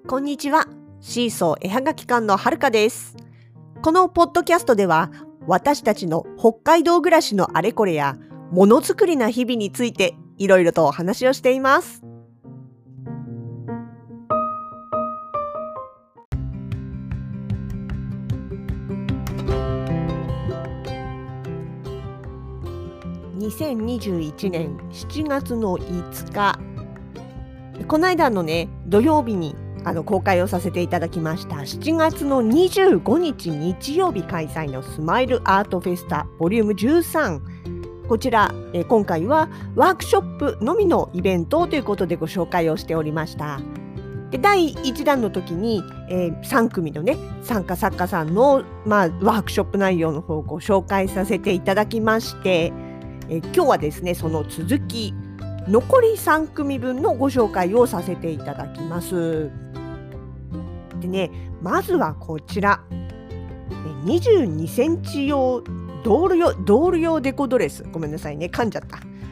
こんにちは。シーソー絵はがき館のはるかです。このポッドキャストでは、私たちの北海道暮らしのあれこれや、ものづくりな日々についていろいろとお話をしています。2021年7月の5日、この間のね、土曜日に公開をさせていただきました7月の25日日曜日開催のスマイルアートフェスタボリューム13、こちら今回はワークショップのみのイベントということでご紹介をしておりました。で第1弾の時に、3組のね参加作家さんの、ワークショップ内容の方をご紹介させていただきまして、今日はですねその続き残り3組分のご紹介をさせていただきます。でね、まずはこちら22センチ用ドール用デコドレス、ごめんなさいね噛んじゃった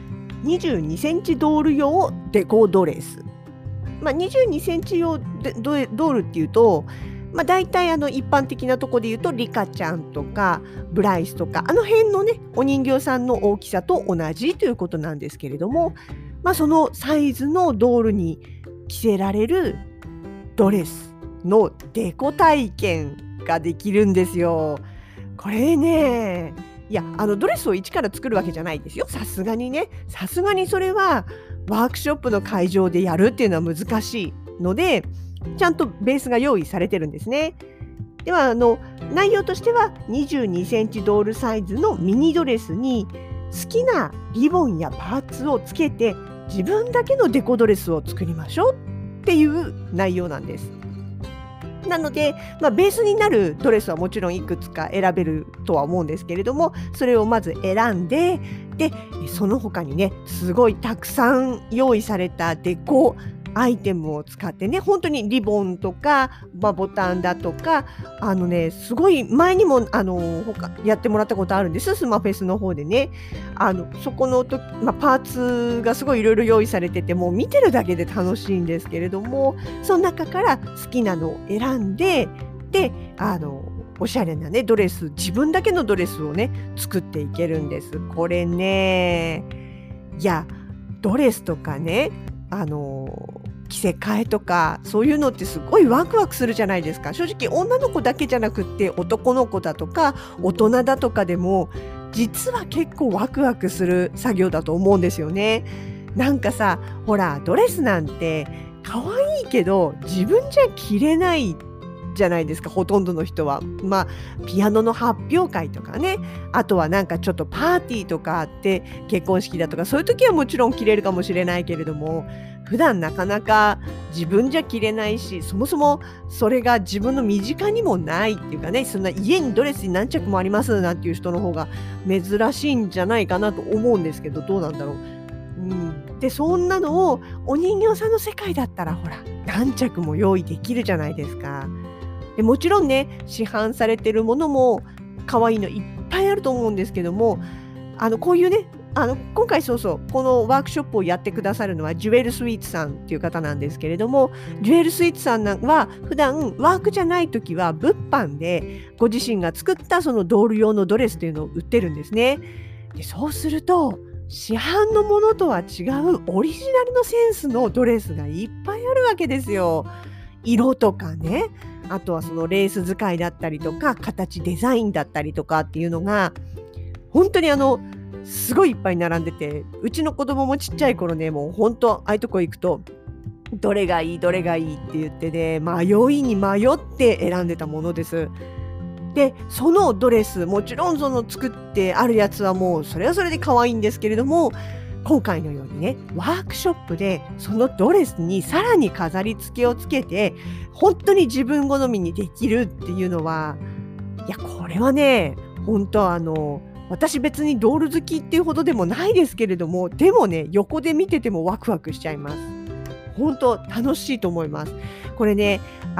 。22センチドール用デコドレス、22センチ用でドールっていうと、大体一般的なところで言うとリカちゃんとかブライスとかあの辺のねお人形さんの大きさと同じということなんですけれども、そのサイズのドールに着せられるドレスのデコ体験ができるんですよ。これね、ドレスを一から作るわけじゃないですよ。さすがにそれはワークショップの会場でやるっていうのは難しいので、ちゃんとベースが用意されてるんですね。では内容としては22センチドールサイズのミニドレスに好きなリボンやパーツをつけて自分だけのデコドレスを作りましょうっていう内容なんです。なので、ベースになるドレスはもちろんいくつか選べるとは思うんですけれども、それをまず選んで、その他にねすごいたくさん用意されたデコアイテムを使ってね、本当にリボンとか、ボタンだとかすごい前にも他やってもらったことあるんです。スマフェスの方でねそこのパーツがすごいいろいろ用意されてて、もう見てるだけで楽しいんですけれども、その中から好きなのを選んで、おしゃれなねドレス、自分だけのドレスをね作っていけるんです。これね、ドレスとかね着せ替えとかそういうのってすごいワクワクするじゃないですか。正直女の子だけじゃなくって男の子だとか大人だとかでも実は結構ワクワクする作業だと思うんですよね。なんかさ、ほらドレスなんて可愛いけど自分じゃ着れないじゃないですか、ほとんどの人は。ピアノの発表会とかね、あとはなんかちょっとパーティーとかあって結婚式だとかそういう時はもちろん着れるかもしれないけれども、普段なかなか自分じゃ着れないし、そもそもそれが自分の身近にもないっていうかね、そんな家にドレスに何着もありますなんていう人の方が珍しいんじゃないかなと思うんですけど、どうなんだろう。でそんなのをお人形さんの世界だったらほら何着も用意できるじゃないですか。でもちろんね市販されてるものも可愛いのいっぱいあると思うんですけども、こういうね今回このワークショップをやってくださるのはジュエルスイーツさんっていう方なんですけれども、ジュエルスイーツさんは普段ワークじゃない時は物販でご自身が作ったそのドール用のドレスっていうのを売ってるんですね。でそうすると市販のものとは違うオリジナルのセンスのドレスがいっぱいあるわけですよ。色とかね、あとはそのレース使いだったりとか形デザインだったりとかっていうのが本当にすごいいっぱい並んでて、うちの子供もちっちゃい頃ね、もう本当ああいうとこ行くとどれがいいって言ってね、迷いに迷って選んでたものです。でそのドレス、もちろんその作ってあるやつはもうそれはそれで可愛いんですけれども、今回のようにねワークショップでそのドレスにさらに飾り付けをつけて本当に自分好みにできるっていうのは、これはね本当私別にドール好きっていうほどでもないですけれども、でもね横で見ててもワクワクしちゃいます。本当楽しいと思います。これね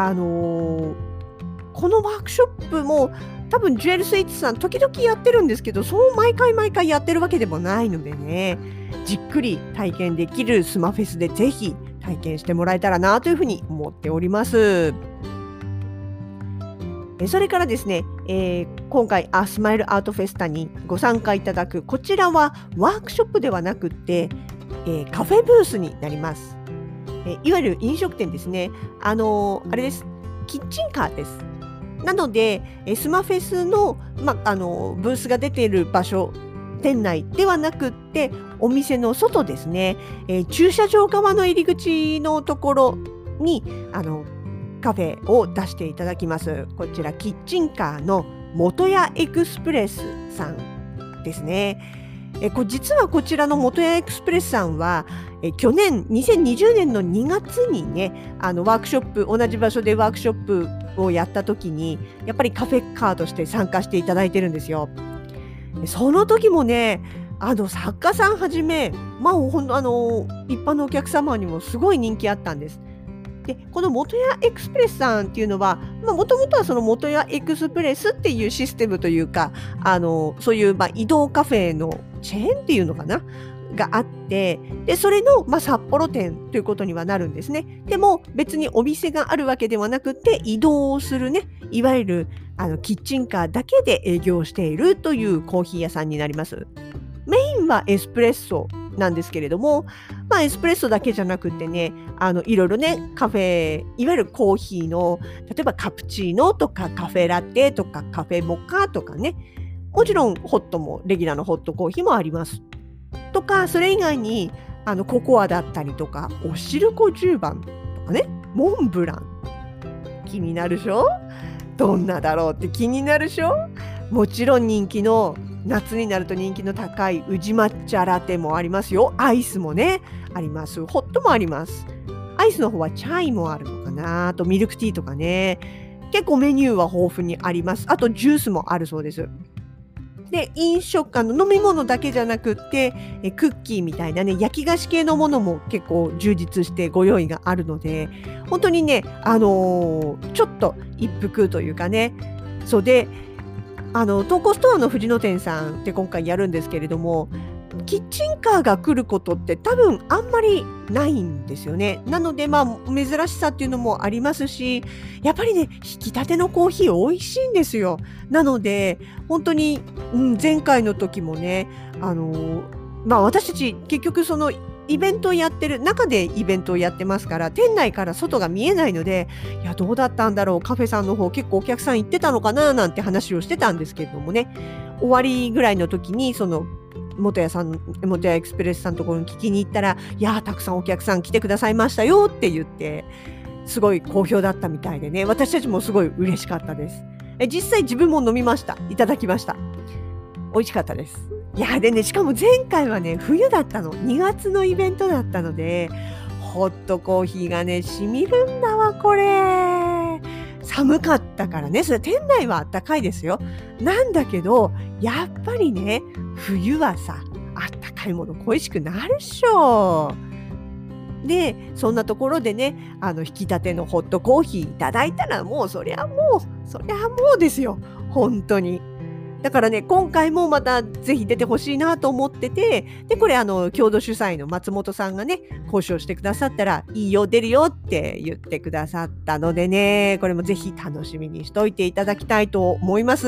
このワークショップも多分ジュエルスイーツさん時々やってるんですけど、そう毎回やってるわけでもないのでね、じっくり体験できるスマフェスでぜひ体験してもらえたらなというふうに思っております。それからですね、今回スマイルアートフェスタにご参加いただくこちらはワークショップではなくって、カフェブースになります。いわゆる飲食店ですね。あれです。キッチンカーです。なので、スマフェスの、ブースが出ている場所、店内ではなくって、お店の外ですね、駐車場側の入り口のところに、カフェを出していただきます。こちら、キッチンカーの元屋エクスプレスさんですね。実はこちらの元屋エクスプレスさんは、去年2020年の2月にね、ワークショップ、同じ場所でワークショップをやった時に、やっぱりカフェカーとして参加していただいてるんですよ。その時もね、作家さんはじめ、一般のお客様にもすごい人気あったんです。で、この元屋エクスプレスさんっていうのは、もともとはその元屋エクスプレスっていうシステムというか、そういう、移動カフェのチェーンっていうのかながあって、で、それの、札幌店ということにはなるんですね。でも、別にお店があるわけではなくて、移動するね、いわゆる、キッチンカーだけで営業しているというコーヒー屋さんになります。メインはエスプレッソなんですけれども、エスプレッソだけじゃなくてね、いろいろね、カフェ、いわゆるコーヒーの、例えばカプチーノとかカフェラテとかカフェモカとかね、もちろんホットも、レギュラーのホットコーヒーもあります。とか、それ以外に、ココアだったりとか、おしるこ10番とかね、モンブラン。気になるでしょ？どんなだろうって気になるでしょ？もちろん人気の、夏になると人気の高い宇治抹茶ラテもありますよ。アイスもね、あります。ホットもあります。アイスの方はチャイもあるのかな。あとミルクティーとかね。結構メニューは豊富にあります。あとジュースもあるそうです。で、飲み物だけじゃなくって、クッキーみたいなね、焼き菓子系のものも結構充実してご用意があるので、本当にね、ちょっと一服というかね、そうで、東宝ストアの藤野店さんって今回やるんですけれども、キッチンカーが来ることって多分あんまりないんですよね。なので珍しさっていうのもありますし、やっぱりね、引き立てのコーヒー美味しいんですよ。なので本当に、前回の時もね、私たち結局そのイベントをやってる中でイベントをやってますから、店内から外が見えないので、いやどうだったんだろう、カフェさんの方結構お客さん行ってたのかななんて話をしてたんですけれどもね、終わりぐらいの時にその元屋エクスプレスさんのところに聞きに行ったら、いやたくさんお客さん来てくださいましたよって言って、すごい好評だったみたいでね、私たちもすごい嬉しかったです。実際自分も飲みました。いただきました。美味しかったです。いやでね、しかも前回はね、冬だったの。2月のイベントだったので、ホットコーヒーがね、染みるんだわ、これ。寒かったからね、それ店内はあったかいですよ。なんだけど、やっぱりね、冬はさ、あったかいもの恋しくなるっしょ。で、そんなところでね、引き立てのホットコーヒーいただいたら、そりゃもうですよ。本当に。だからね、今回もまたぜひ出てほしいなと思ってて、で、これ共同主催の松本さんがね、交渉してくださったら、いいよ、出るよって言ってくださったのでね、これもぜひ楽しみにしといていただきたいと思います。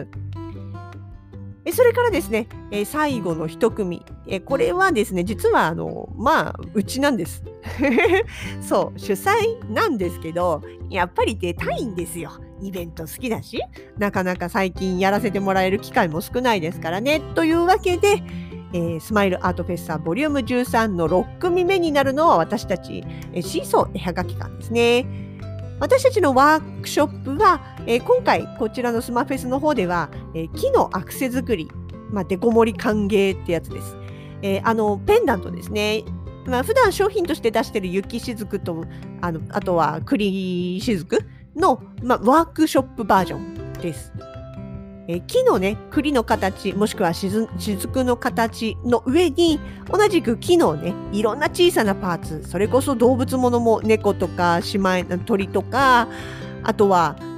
それからですね、最後の一組、これはですね、実はうちなんです。そう、主催なんですけど、やっぱり出たいんですよ。イベント好きだし、なかなか最近やらせてもらえる機会も少ないですからね。というわけで、スマイルアートフェスタボリューム13の6組目になるのは私たち、シーソー絵はがき館ですね。私たちのワークショップは、今回こちらのスマフェスの方では、木のアクセ作り、デコ盛り歓迎ってやつです。ペンダントですね。普段商品として出している雪しずくと、あとは栗しずくの、ワークショップバージョンです。木のね、栗の形、もしくはしずくの形の上に、同じく木のね、いろんな小さなパーツ、それこそ動物ものも猫とか鳥とか、あとは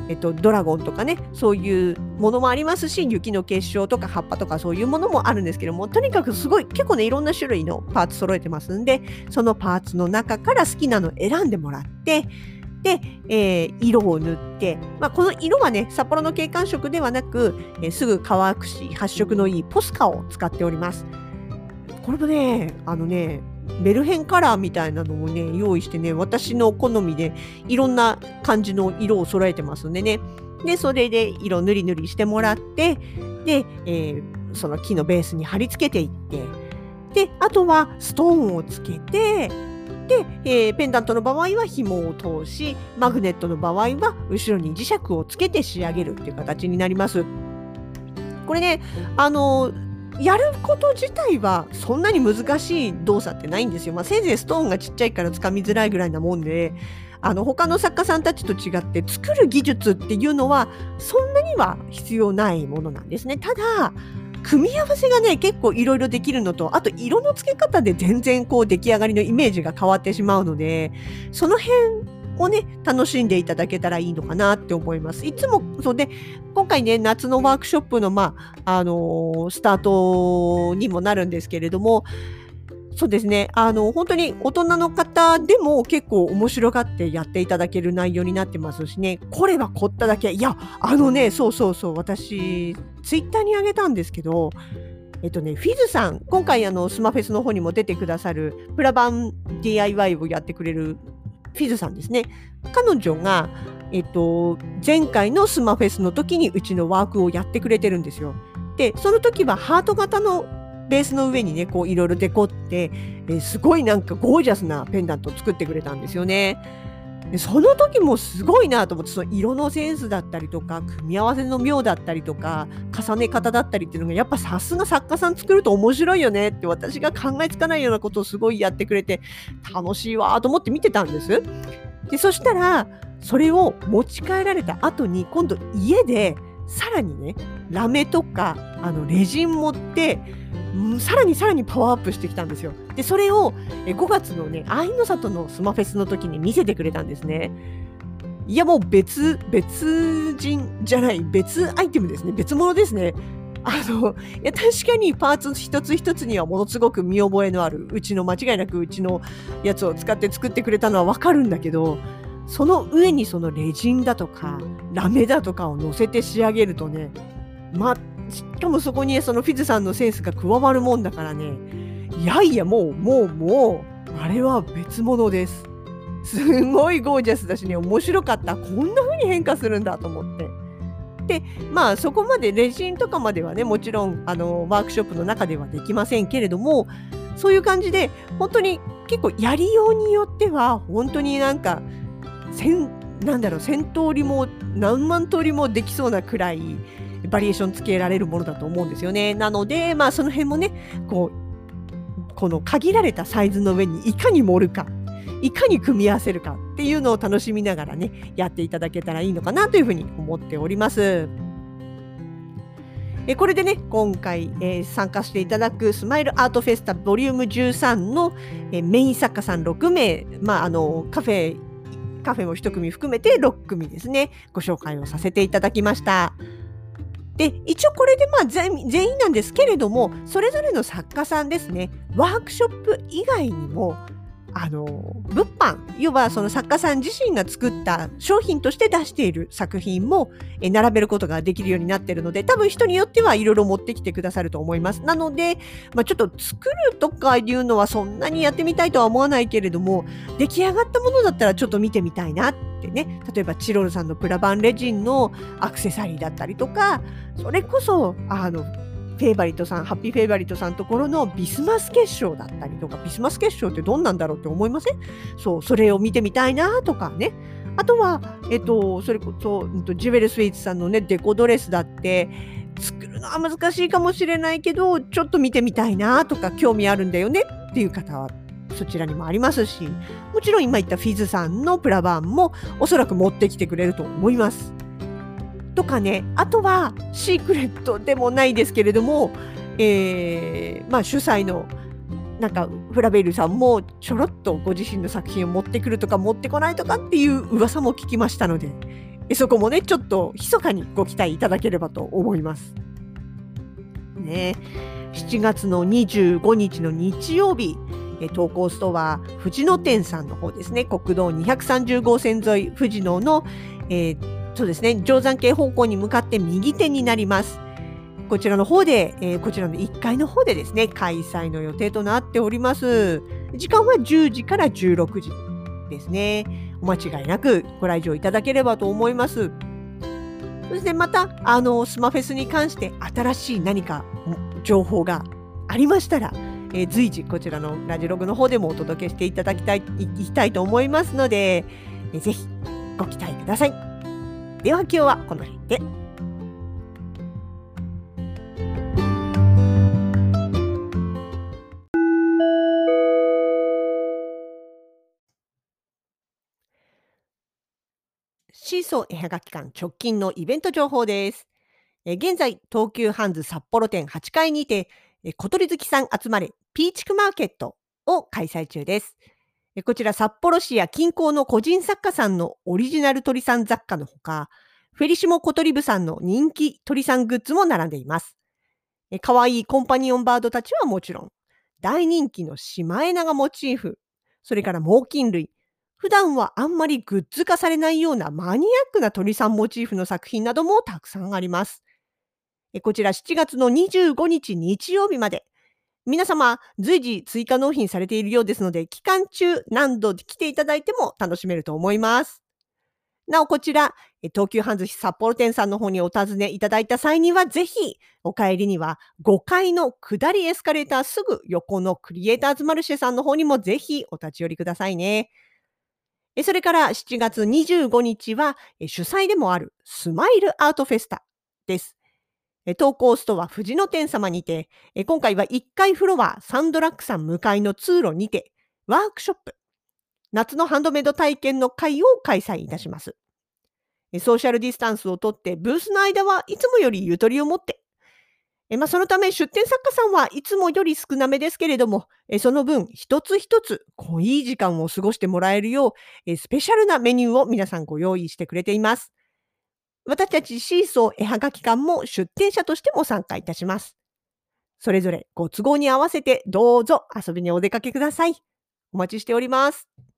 ドラゴンとかね、そういうものもありますし、雪の結晶とか葉っぱとかそういうものもあるんですけども、とにかくすごい結構ねいろんな種類のパーツ揃えてますんで、そのパーツの中から好きなの選んでもらって、で、色を塗って、この色はね札幌の景観色ではなく、すぐ乾くし発色のいいポスカを使っております。これもねメルヘンカラーみたいなのをね用意してね、私の好みでいろんな感じの色を揃えてますんでね。でそれで色塗り塗りしてもらって、で、その木のベースに貼り付けていって、であとはストーンをつけて、で、ペンダントの場合は紐を通し、マグネットの場合は後ろに磁石をつけて仕上げるっていう形になります。これねやること自体はそんなに難しい動作ってないんですよ。せいぜいストーンがちっちゃいから掴みづらいぐらいなもんで、他の作家さんたちと違って作る技術っていうのはそんなには必要ないものなんですね。ただ組み合わせがね結構いろいろできるのと、あと色の付け方で全然出来上がりのイメージが変わってしまうので、その辺をね楽しんでいただけたらいいのかなって思います。いつもそうで、今回ね夏のワークショップのスタートにもなるんですけれども、そうですね本当に大人の方でも結構面白がってやっていただける内容になってますしね。これは凝っただけ、いやそう私ツイッターにあげたんですけど、フィズさん、今回スマフェスの方にも出てくださるプラバン DIY をやってくれるフィズさんですね。彼女が、前回のスマフェスの時にうちのワークをやってくれてるんですよ。で、その時はハート型のベースの上にね、いろいろデコって、すごいなんかゴージャスなペンダントを作ってくれたんですよね。でその時もすごいなと思って、その色のセンスだったりとか、組み合わせの妙だったりとか、重ね方だったりっていうのが、やっぱさすが作家さん作ると面白いよねって、私が考えつかないようなことをすごいやってくれて、楽しいわと思って見てたんです。で、そしたら、それを持ち帰られた後に、今度家で、さらにね、ラメとか、レジン持って、さらにパワーアップしてきたんですよ。で、それを5月のね、愛の里のスマフェスの時に見せてくれたんですね。いや、もう別人じゃない、別アイテムですね。別物ですね。いや、確かにパーツ一つ一つにはものすごく見覚えのある、間違いなくうちのやつを使って作ってくれたのはわかるんだけど、その上にそのレジンだとか、ラメだとかを乗せて仕上げるとね、しかもそこにそのフィズさんのセンスが加わるもんだからね、いやいやもう、あれは別物です。すごいゴージャスだしね、面白かった。こんな風に変化するんだと思って。で、そこまでレジンとかまではね、もちろんワークショップの中ではできませんけれども、そういう感じで本当に結構やりようによっては本当になんか1000通りも何万通りもできそうなくらいバリエーションつけられるものだと思うんですよね。なので、その辺もね、この限られたサイズの上にいかに盛るか、いかに組み合わせるかっていうのを楽しみながらね、やっていただけたらいいのかなというふうに思っております。これでね、今回、参加していただくスマイルアートフェスタボリューム13の、メイン作家さん6名、カフェも1組含めて6組ですね、ご紹介をさせていただきました。で、一応これで全員なんですけれども、それぞれの作家さんですね、ワークショップ以外にも物販、要はその作家さん自身が作った商品として出している作品も並べることができるようになっているので、多分人によってはいろいろ持ってきてくださると思います。なので、ちょっと作るとかいうのはそんなにやってみたいとは思わないけれども、出来上がったものだったらちょっと見てみたいなってね。例えばチロルさんのプラバンレジンのアクセサリーだったりとか、それこそハッピーフェイバリットさんのところのビスマス結晶だったりとか、ビスマス結晶ってどんなんだろうって思いません？そう、それを見てみたいなとかね。あとは、それこそ、ジュベルスイーツさんのね、デコドレスだって、作るのは難しいかもしれないけど、ちょっと見てみたいなとか、興味あるんだよねっていう方は、そちらにもありますし、もちろん今言ったフィズさんのプラバンもおそらく持ってきてくれると思います。とかね、あとはシークレットでもないですけれども、主催のなんかフラベルさんもちょろっとご自身の作品を持ってくるとか持ってこないとかっていう噂も聞きましたので、 そこもね、ちょっと密かにご期待いただければと思います。ね、7月の25日の日曜日、投稿ストア藤野店さんの方ですね、国道230号線沿い藤野の、そうですね、定山渓方向に向かって右手になります。こちらの方で、こちらの1階の方でですね、開催の予定となっております。時間は10時から16時ですね。お間違いなくご来場いただければと思います。そしてまた、スマフェスに関して新しい何か情報がありましたら、随時こちらのラジログの方でもお届けしていただきたいと思いますので、ぜひご期待ください。では今日はこの辺で。シーソー絵はがき館直近のイベント情報です。現在、東急ハンズ札幌店8階にて、小鳥好きさん集まれピーチクマーケットを開催中です。こちら札幌市や近郊の個人作家さんのオリジナル鳥さん雑貨のほか、フェリシモ小鳥部さんの人気鳥さんグッズも並んでいます。可愛いコンパニオンバードたちはもちろん、大人気のシマエナガモチーフ、それから猛禽類、普段はあんまりグッズ化されないようなマニアックな鳥さんモチーフの作品などもたくさんあります。こちら7月の25日日曜日まで、皆様随時追加納品されているようですので、期間中何度来ていただいても楽しめると思います。なおこちら、東急ハンズ札幌店さんの方にお尋ねいただいた際には、ぜひお帰りには5階の下りエスカレーターすぐ横のクリエイターズマルシェさんの方にもぜひお立ち寄りくださいね。それから7月25日は主催でもあるスマイルアートフェスタです。投稿ストア藤野店様にて、今回は1階フロアサンドラックさん向かいの通路にてワークショップ、夏のハンドメイド体験の会を開催いたします。ソーシャルディスタンスをとってブースの間はいつもよりゆとりを持って、そのため出店作家さんはいつもより少なめですけれども、その分一つ一つ濃い時間を過ごしてもらえるよう、スペシャルなメニューを皆さんご用意してくれています。私たちシーソー絵はがき館も出店者としても参加いたします。それぞれご都合に合わせてどうぞ遊びにお出かけください。お待ちしております。